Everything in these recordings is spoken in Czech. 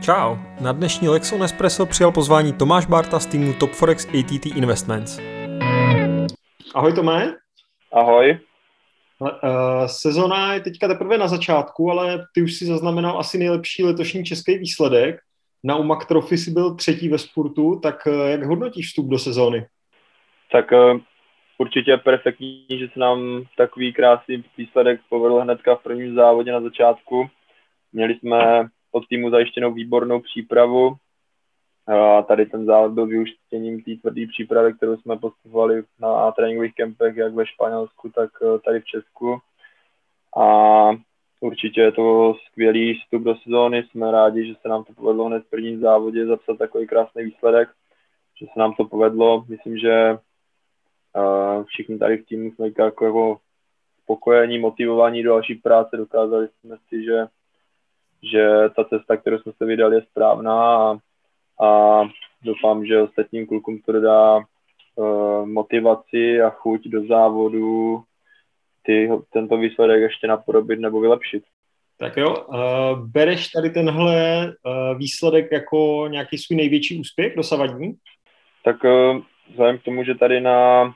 Čau, na dnešní Lexon Espresso přijal pozvání Tomáš Bárta z týmu Top Forex ATT Investments. Ahoj Tomé. Ahoj. Sezona je teďka teprve na začátku, ale ty už si zaznamenal asi nejlepší letošní český výsledek. Na UMAC Trophy si byl třetí ve spurtu, tak jak hodnotíš vstup do sezóny? Tak určitě perfektní, že se nám takový krásný výsledek povedl hnedka v prvním závodě na začátku. Měli jsme od týmu zajištěnou výbornou přípravu. A tady ten závod byl vyústěním té tvrdé přípravy, kterou jsme postupovali na tréninkových kempech, jak ve Španělsku, tak tady v Česku. A určitě je to skvělý vstup do sezóny. Jsme rádi, že se nám to povedlo hned v prvním závodě zapsat takový krásný výsledek, že se nám to povedlo. Myslím, že všichni tady v týmu jsme jako spokojení, motivovaní do další práce. Dokázali jsme si, že ta cesta, kterou jsme se vydali, je správná a doufám, že ostatním klukům to dodá motivaci a chuť do závodu tento výsledek ještě napodobit nebo vylepšit. Tak jo, bereš tady tenhle výsledek jako nějaký svůj největší úspěch dosavadní? Tak vzhledem k tomu, že tady na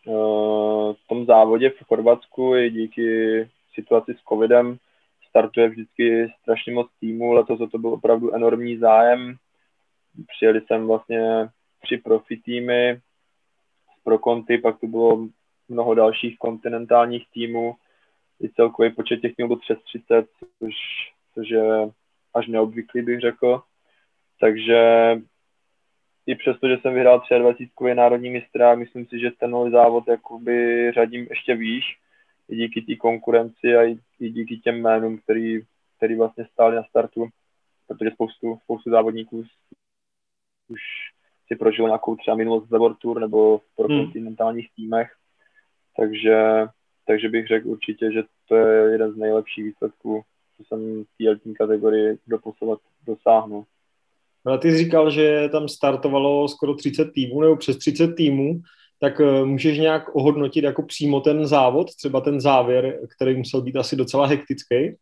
tom závodě v Chorvatsku i díky situaci s covidem startuje vždycky strašně moc týmů, letos to byl opravdu enormní zájem. Přijeli jsem vlastně 3 profi týmy z ProConti, pak tu bylo mnoho dalších kontinentálních týmů. I celkový počet těch týmů byl přes 30, což je až neobvyklý, bych řekl. Takže i přesto, že jsem vyhrál 23. národní mistrák, myslím si, že tenhle závod jakoby řadím ještě výš, i díky té konkurenci a i díky těm jménům, který vlastně stáli na startu, protože spoustu závodníků už si prožil nějakou třeba minulost ve World Tour nebo v prokontinentálních týmech, takže bych řekl určitě, že to je jeden z nejlepších výsledků, co jsem v té elitní kategorii doposud dosáhnul. No, ty jsi říkal, že tam startovalo skoro 30 týmů nebo přes 30 týmů, tak můžeš nějak ohodnotit jako přímo ten závod, třeba ten závěr, který musel být asi docela hektický?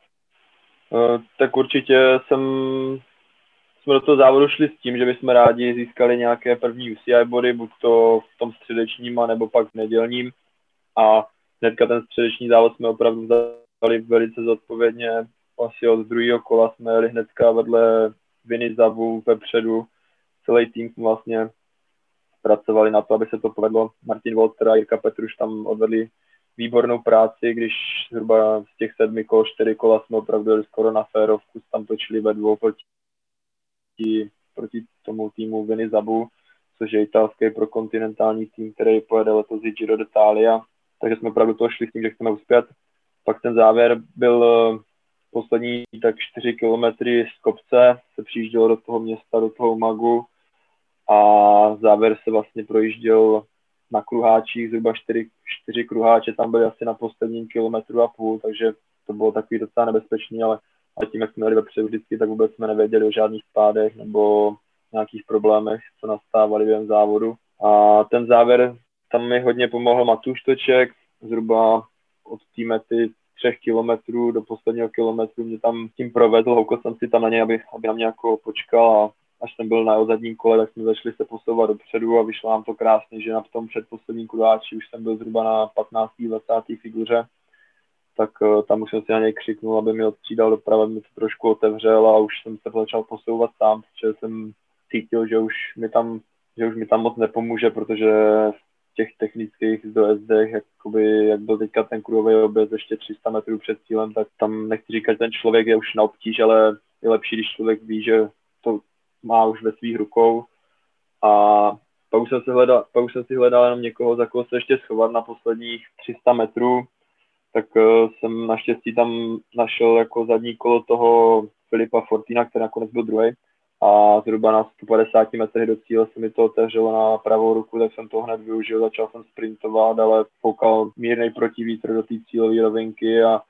Tak určitě jsme do toho závodu šli s tím, že bychom rádi získali nějaké první UCI body, buď to v tom středečním, nebo pak v nedělním. A hnedka ten středeční závod jsme opravdu vzali velice zodpovědně. Asi od druhého kola jsme jeli hnedka vedle Viny Zavu vepředu. Celý tým jsme vlastně pracovali na to, aby se to povedlo. Martin Wolter a Jirka Petruš tam odvedli výbornou práci, když zhruba z těch 7 kol, 4 kola jsme opravdu jeli skoro na férovku, tam točili ve dvou proti tomu týmu Viny Zavu, což je italský prokontinentální tým, který pojede letos Giro d'Italia. Takže jsme opravdu toho šli s tím, že chceme uspět. Pak ten závěr byl poslední tak 4 kilometry z kopce, se přijíždělo do toho města, do toho Umagu a závěr se vlastně projížděl na kruháčích, zhruba 4 kruháče, tam byly asi na posledním kilometru a půl, takže to bylo takový docela nebezpečný, ale tím, jak jsme jeli vepředu vždycky, tak vůbec jsme nevěděli o žádných spádech nebo nějakých problémech, co nastávaly během závodu. A ten závěr, tam mi hodně pomohl Matuš Toček, zhruba od té mety 3 kilometrů do posledního kilometru mě tam tím provedl, houkl jsem si tam na něj, aby na mě jako počkal a až jsem byl na jeho zadním kole, tak jsme začali se posouvat dopředu a vyšlo nám to krásně, že na tom předposledním kruháči už jsem byl zhruba na 15. 20. figuře, tak tam už jsem si na něj křiknul, aby mi odstřídal doprava, mi to trošku otevřel a už jsem se začal posouvat sám, protože jsem cítil, že už mi tam moc nepomůže, protože v těch technických dojezdech, jak byl teďka ten kruhový objezd ještě 300 metrů před cílem, tak tam nechci říkat, že ten člověk je už na obtíž, ale je lepší, když člověk ví, že to má už ve svých rukou. A pak už jsem si hledal jenom někoho, za koho se ještě schovat na posledních 300 metrů, tak jsem naštěstí tam našel jako zadní kolo toho Filipa Fortina, který nakonec byl druhý. A zhruba na 150 metrech do cíle se mi to otevřelo na pravou ruku, tak jsem to hned využil, začal jsem sprintovat, ale foukal mírnej protivítr do té cílové rovinky a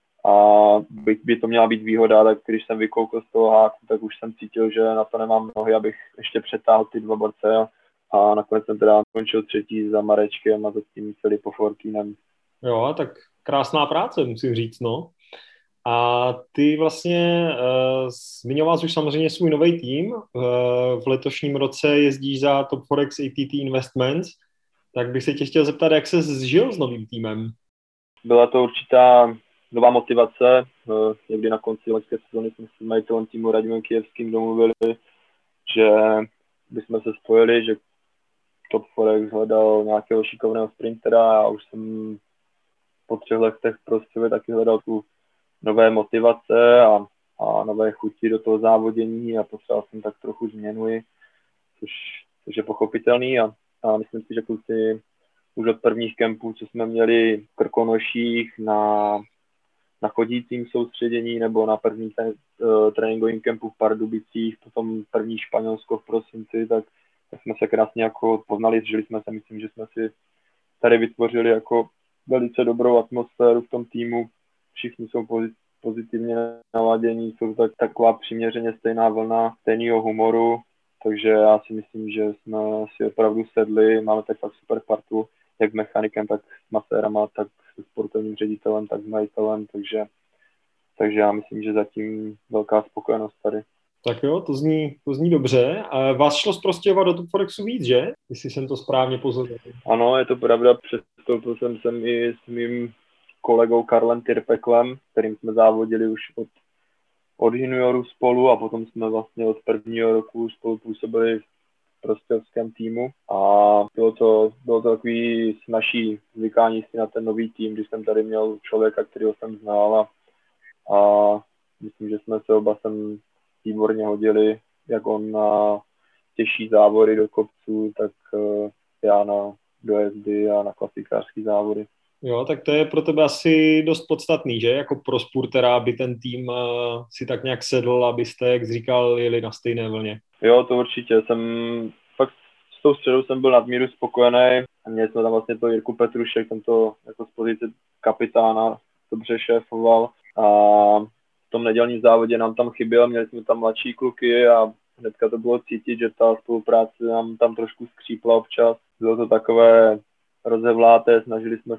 by to měla být výhoda, tak když jsem vykoukl z toho háku, tak už jsem cítil, že na to nemám nohy, abych ještě přetáhl ty 2 borce a nakonec jsem teda končil 3. za Marečkem a za tím Filipem Fortinem. Jo, tak krásná práce, musím říct, no. A ty vlastně zmiňoval jsi už samozřejmě svůj nový tým. V letošním roce jezdíš za Top Forex ATT Investments. Tak bych se tě chtěl zeptat, jak se zžil s novým týmem? Byla to určitá nová motivace. Někdy na konci loňské sezóny jsme s majitelem týmu Radimem Kijevským domluvili, že bychom se spojili, že Top Forex hledal nějakého šikovného sprintera a už jsem po 3 letech prostě taky hledal tu nové motivace a nové chuti do toho závodění a potřeboval jsem tak trochu změnu, což je pochopitelný a myslím si, že kluci už od prvních kempů, co jsme měli v Krkonoších na chodícím soustředění nebo na první tréninkovém kempu v Pardubicích, potom první Španělsko v prosinci, tak jsme se krásně jako poznali, zžili jsme se, myslím, že jsme si tady vytvořili jako velice dobrou atmosféru v tom týmu. Všichni jsou pozitivně naladění, jsou taková přiměřeně stejná vlna, stejného humoru, takže já si myslím, že jsme si opravdu sedli, máme tak fakt super partu, jak s mechanikem, tak s masérama, tak se sportovním ředitelem, tak s majitelem, takže já myslím, že zatím velká spokojenost tady. Tak jo, to zní dobře. A vás šlo zprostěhovat do Top Forexu víc, že? Jestli jsem to správně pozoroval. Ano, je to pravda, přestoupil jsem sem i s mým kolegou Karlem Tyrpeklem, kterým jsme závodili už od juniorů spolu a potom jsme vlastně od prvního roku spolu působili v prostějovském týmu a bylo to takový snažší zvykání si na ten nový tým, když jsem tady měl člověka, kterého jsem znal a myslím, že jsme se oba sem výborně hodili, jak on na těžší závody do kopců, tak já na dojezdy a na klasikářský závody. Jo, tak to je pro tebe asi dost podstatný, že? Jako pro spurtera, aby ten tým si tak nějak sedl, abyste, jak jsi říkal, jeli na stejné vlně. Jo, to určitě. Fakt s tou středou jsem byl nadmíru spokojený. Měli jsme tam vlastně to Jirku Petrušek, ten to jako z pozice kapitána dobře šéfoval. A v tom nedělním závodě nám tam chyběl, měli jsme tam mladší kluky a hnedka to bylo cítit, že ta spolupráce nám tam trošku skřípla občas. Bylo to takové rozevláté, snažili jsme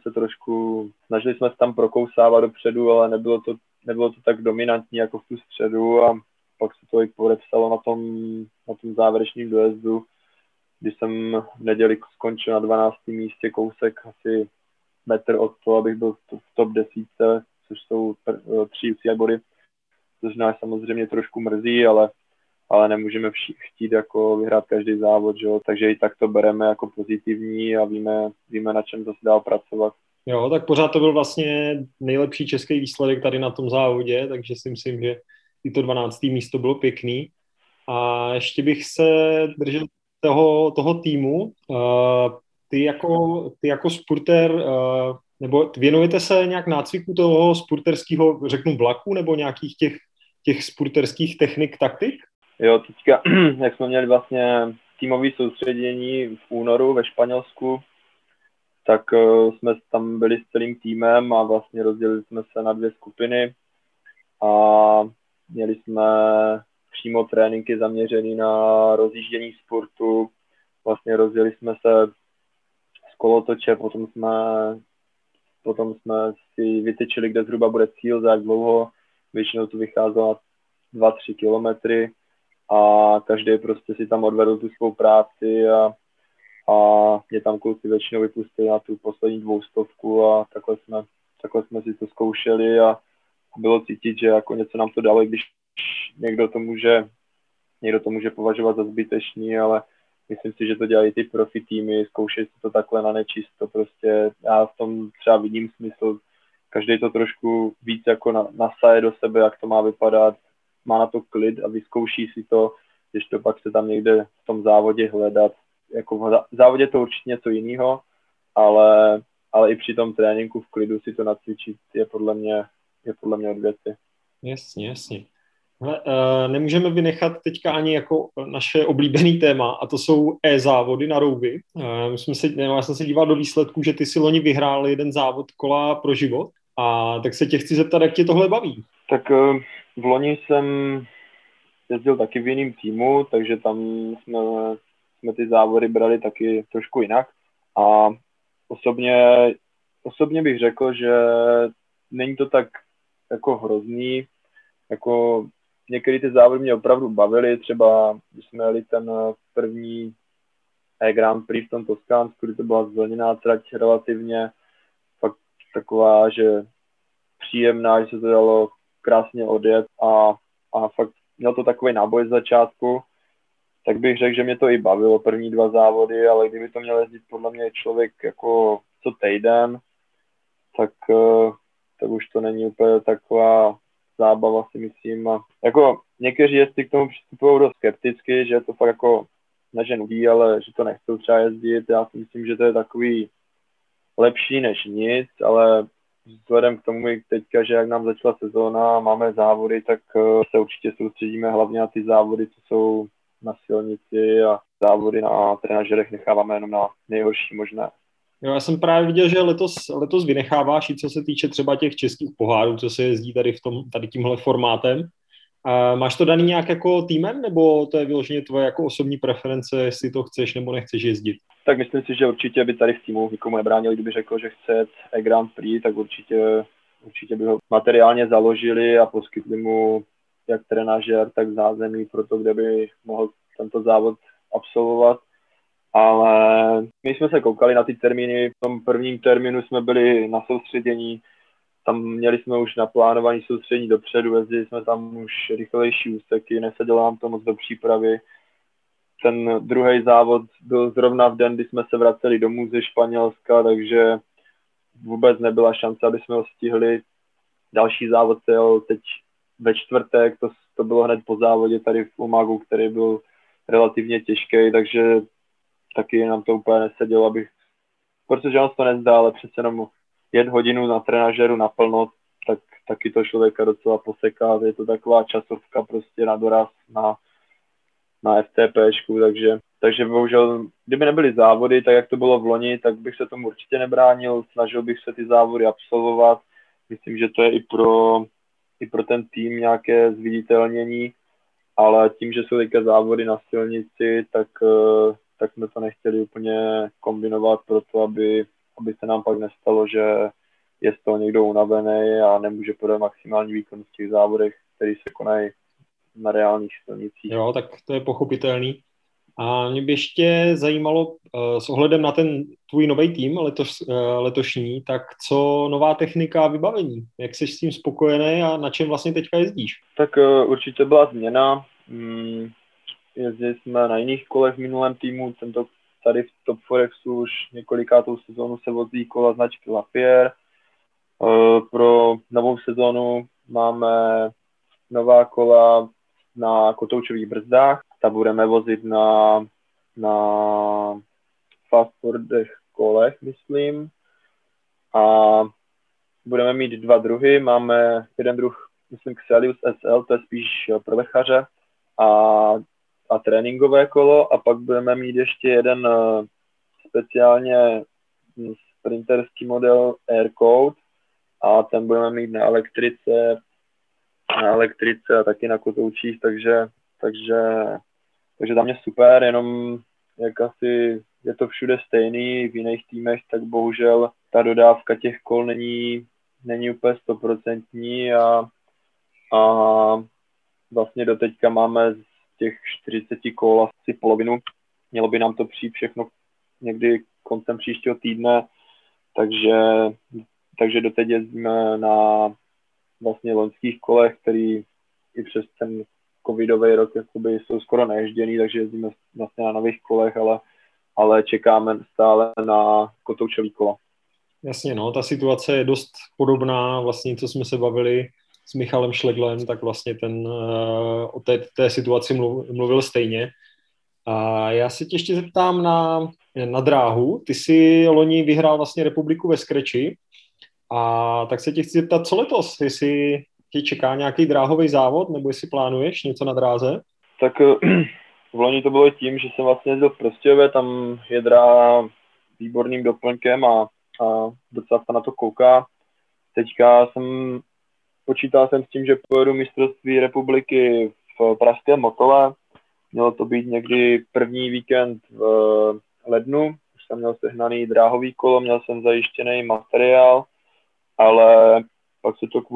se tam prokousávat dopředu, ale nebylo to tak dominantní jako v tu středu a pak se to i podepsalo na tom závěrečném dojezdu, kdy jsem v neděli skončil na 12. místě, kousek asi metr od toho, abych byl v top 10, což jsou 3 UCI body, což nás samozřejmě trošku mrzí, ale nemůžeme chtít jako vyhrát každý závod, že jo? Takže i tak to bereme jako pozitivní a víme na čem zase dál pracovat. Jo, tak pořád to byl vlastně nejlepší český výsledek tady na tom závodě, takže si myslím, že i to 12. místo bylo pěkný. A ještě bych se držel toho týmu. Ty jako spurter, nebo věnujete se nějak nácviku toho spurterského, řeknu, vlaku, nebo nějakých těch spurterských technik, taktik? Jo, teďka, jak jsme měli vlastně týmové soustředění v únoru ve Španělsku, tak jsme tam byli s celým týmem a vlastně rozdělili jsme se na 2 skupiny a měli jsme přímo tréninky zaměřený na rozjíždění sportu. Vlastně rozjeli jsme se z kolotoče, potom jsme si vytyčili, kde zhruba bude cíl, za jak dlouho. Většinou to vycházelo 2-3 kilometry a každý prostě si tam odvedl tu svou práci a mě tam kluci většinou vypustili na tu poslední 200 a takhle jsme si to zkoušeli a bylo cítit, že jako něco nám to dalo, když někdo to může považovat za zbytečný, ale myslím si, že to dělají ty profi týmy, zkoušejí si to takhle na nečisto, prostě já v tom třeba vidím smysl, každý to trošku víc jako nasaje do sebe, jak to má vypadat, má na to klid a vyzkouší si to, když to pak se tam někde v tom závodě hledat. Jako v závodě to určitě něco jiného, ale i při tom tréninku v klidu si to nacvičit je podle mě od věci. Jasně. Hele, nemůžeme vynechat teďka ani jako naše oblíbený téma, a to jsou e-závody na rouvy. Já jsem se díval do výsledků, že ty si loni vyhrál jeden závod Kola pro život, a tak se tě chci zeptat, jak tě tohle baví. Tak v loni jsem jezdil taky v jiném týmu, takže tam jsme ty závody brali taky trošku jinak a osobně bych řekl, že není to tak jako hrozný. Jako některé ty závody mě opravdu bavily, třeba když jsme jeli ten první Grand Prix v tom Toskánsku, kdy to byla zvlněná trať relativně fakt taková, že příjemná, že se to dalo krásně odjet a fakt měl to takový náboj z začátku, tak bych řekl, že mě to i bavilo první 2 závody, ale kdyby to měl jezdit podle mě člověk jako co týden, tak už to není úplně taková zábava, si myslím. A jako někteří jezdci k tomu přistupují dost skepticky, že to fakt jako ne, že nudí, ale že to nechcou třeba jezdit. Já si myslím, že to je takový lepší než nic, ale vzhledem k tomu i teďka, že jak nám začala sezóna a máme závody, tak se určitě soustředíme hlavně na ty závody, co jsou na silnici, a závody na trenažerech necháváme jenom na nejhorší možné. Jo, já jsem právě viděl, že letos vynecháváš i co se týče třeba těch českých pohárů, co se jezdí tady tímhle formátem. A máš to daný nějak jako týmem, nebo to je vyloženě tvoje jako osobní preference, jestli to chceš nebo nechceš jezdit? Tak myslím si, že určitě by tady v týmu nikomu nebránili, kdyby řekl, že chce jet Grand Prix, tak určitě by ho materiálně založili a poskytli mu jak trenažer, tak zázemí pro to, kde by mohl tento závod absolvovat. Ale my jsme se koukali na ty termíny, v tom prvním termínu jsme byli na soustředění, tam měli jsme už naplánovaný soustředění dopředu, jezdili jsme tam už rychlejší úseky, nesedělo nám to moc do přípravy. Ten druhý závod byl zrovna v den, kdy jsme se vraceli domů ze Španělska, takže vůbec nebyla šance, aby jsme ho stihli. Další závod se jel teď ve čtvrtek, to bylo hned po závodě tady v Umagu, který byl relativně těžký, takže taky nám to úplně nesedělo, protože on to nezdá, ale přece jenom 1 hodinu na trenažeru naplno, tak taky to člověka docela poseká, je to taková časovka prostě na doraz na FTPčku, takže bohužel, kdyby nebyly závody, tak jak to bylo v loni, tak bych se tomu určitě nebránil, snažil bych se ty závody absolvovat, myslím, že to je i pro ten tým nějaké zviditelnění, ale tím, že jsou teďka závody na silnici, tak jsme to nechtěli úplně kombinovat proto, aby se nám pak nestalo, že je z toho někdo unavený a nemůže podat maximální výkon v těch závodech, které se konají na reálných silnicích. Jo, tak to je pochopitelný. A mě by ještě zajímalo s ohledem na ten tvůj nový tým letošní, tak co nová technika a vybavení? Jak jsi s tím spokojený a na čem vlastně teďka jezdíš? Tak určitě byla změna. Jezdili jsme na jiných kolech v minulém týmu, tady v Top Forexu už několikátou sezónu se vozí kola značky Lapierre. Pro novou sezónu máme nová kola na kotoučových brzdách. Ta budeme vozit na fastboardech kolech, myslím. A budeme mít 2 druhy. Máme jeden druh, myslím, Xelius SL, to je spíš pro vechaře a tréninkové kolo. A pak budeme mít ještě jeden speciálně sprinterský model Air Code a ten budeme mít na elektrice a taky na kotoučích, takže za mě super, jenom jak asi je to všude stejný, v jiných týmech, tak bohužel ta dodávka těch kol není úplně 100% a vlastně doteďka máme z těch 40 kol asi polovinu. Mělo by nám to přijít všechno někdy koncem příštího týdne, takže doteď jezdíme na vlastně loňských kolech, který i přes ten covidový rok jakoby jsou skoro neježděný, takže jezdíme vlastně na nových kolech, ale čekáme stále na kotoučový kola. Jasně, no, ta situace je dost podobná, vlastně, co jsme se bavili s Michalem Šleglem, tak vlastně ten o té situaci mluvil stejně. A já se tě ještě zeptám na dráhu. Ty jsi loni vyhrál vlastně republiku ve skreči, a tak se tě chci zeptat, co letos? Jestli tě čeká nějaký dráhový závod, nebo jestli plánuješ něco na dráze? Tak v loni to bylo tím, že jsem vlastně jezdil v Prostějově, tam je dráha výborným doplňkem a docela se na to kouká. Teďka počítal jsem s tím, že pojedu mistrovství republiky v pražském Motole. Mělo to být někdy první víkend v lednu. Už jsem měl sehnaný dráhový kolo, měl jsem zajištěný materiál, ale pak se to kvůli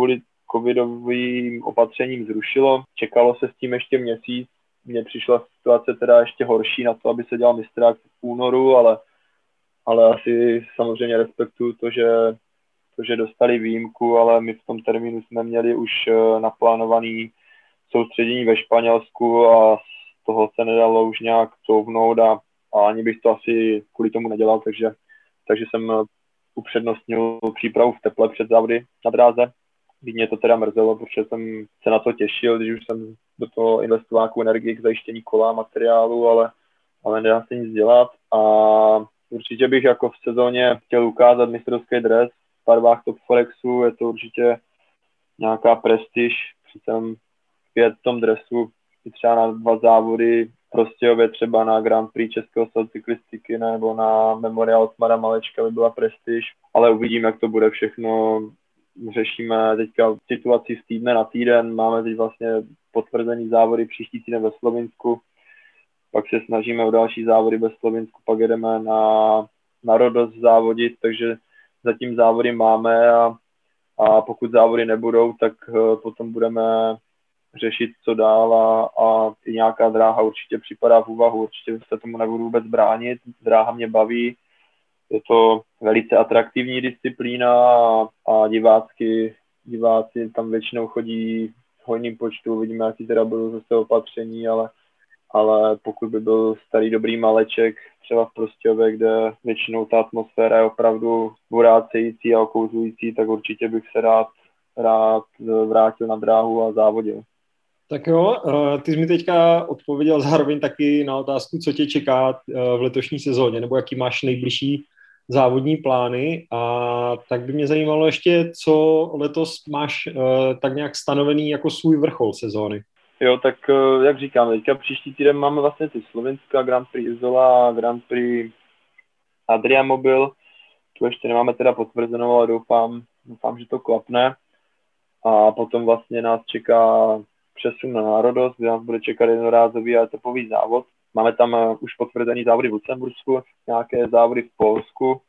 covidovým opatřením zrušilo. Čekalo se s tím ještě měsíc. Mně přišla situace teda ještě horší na to, aby se dělal mistrák v únoru, ale asi samozřejmě respektuju to, že dostali výjimku, ale my v tom termínu jsme měli už naplánovaný soustředění ve Španělsku a z toho se nedalo už nějak couvnout a ani bych to asi kvůli tomu nedělal, takže jsem upřednostnil přípravu v teple před závody na dráze. Byť mě to teda mrzelo, protože jsem se na to těšil, když už jsem do toho investoval nějakou energii k zajištění kola, materiálu, ale nedá se nic dělat. A určitě bych jako v sezóně chtěl ukázat mistrovský dres v barvách Top Forexu, je to určitě nějaká prestiž, přece pět v tom dresu, i třeba na 2 závody v Prostějově, třeba na Grand Prix Českého svazu cyklistiky nebo na Memorial Otmara Malečka by byla prestiž, ale uvidím, jak to bude všechno. Řešíme teďka situaci z týdne na týden, máme teď vlastně potvrzený závody příští týden ve Slovinsku, pak se snažíme o další závody ve Slovinsku, pak jedeme na Rodos závodit, takže zatím závody máme a pokud závody nebudou, tak potom budeme řešit, co dál a i nějaká dráha určitě připadá v úvahu, určitě se tomu nebudu vůbec bránit, dráha mě baví, je to velice atraktivní disciplína a diváci tam většinou chodí v hojném počtu, uvidíme, jaký teda budou zase opatření, ale pokud by byl starý dobrý Maleček, třeba v Prostějově, kde většinou ta atmosféra je opravdu burácející a okouzlující, tak určitě bych se rád vrátil na dráhu a závodil. Tak jo, ty jsi mi teďka odpověděl zároveň taky na otázku, co tě čeká v letošní sezóně, nebo jaký máš nejbližší závodní plány, a tak by mě zajímalo ještě, co letos máš tak nějak stanovený jako svůj vrchol sezóny. Jo, tak jak říkám, teďka příští týden máme vlastně ty Slovinska, Grand Prix Izola, Grand Prix Adria Mobil, tu ještě nemáme teda potvrzenou, ale doufám, že to klapne. A potom vlastně nás čeká přesun na Národost, kde nás bude čekat jednorázový a etapový závod. Máme tam už potvrzený závody v Lucembursku, nějaké závody v Polsku.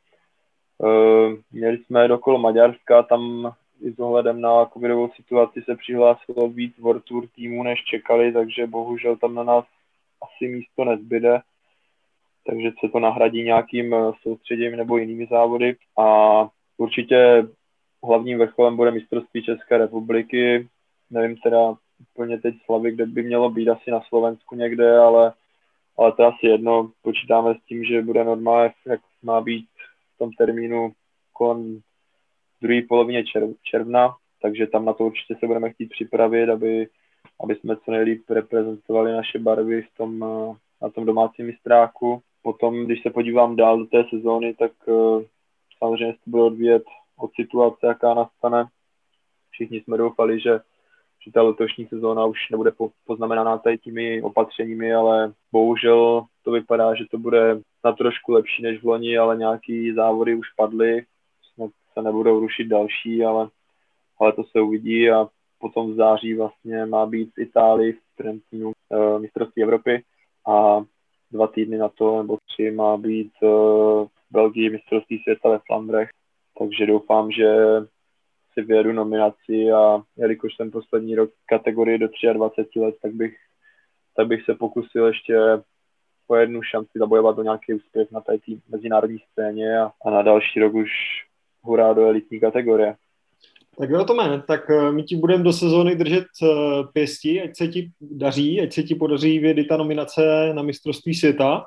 Měli jsme okolo Maďarska, tam i s ohledem na covidovou situaci se přihlásilo víc World Tour týmů, než čekali, takže bohužel tam na nás asi místo nezbyde. Takže se to nahradí nějakým soustředěním nebo jinými závody. A určitě hlavním vrcholem bude mistrovství České republiky. Nevím teda úplně teď slavy, kde by mělo být, asi na Slovensku někde, ale to asi jedno. Počítáme s tím, že bude normálně, jak má být v tom termínu kolem druhé polovině června, takže tam na to určitě se budeme chtít připravit, aby jsme co nejlíp reprezentovali naše barvy na tom domácím mistráku. Potom, když se podívám dál do té sezóny, tak samozřejmě se to bude odvíjet od situace, jaká nastane. Všichni jsme doufali, že ta letošní sezóna už nebude poznamenaná tady těmi opatřeními, ale bohužel to vypadá, že to bude na trošku lepší než v loni, ale nějaký závody už padly, snad se nebudou rušit další, ale to se uvidí a potom v září vlastně má být v Itálii v Trentínu mistrovství Evropy a 2 týdny na to, nebo 3 má být v Belgii mistrovství světa ve Flandrech, takže doufám, že si vyjedu nominaci a jelikož jsem poslední rok v kategorii do 23 let, tak bych se pokusil ještě po jednu šanci zabojovat do nějaký úspěch na té mezinárodní scéně a na další rok už hurá do elitní kategorie. Tak jo, Tome, tak my ti budeme do sezóny držet pěstí, ať se ti daří, ať se ti podaří vyjet ta nominace na mistrovství světa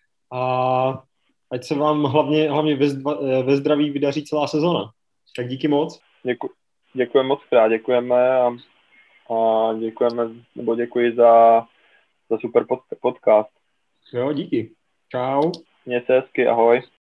a ať se vám hlavně ve zdraví vydaří celá sezóna. Tak díky moc. Děkujeme moc krát, děkujeme a děkujeme, nebo děkuji za super podcast. Jo, díky. Čau. Mějte se hezky, ahoj.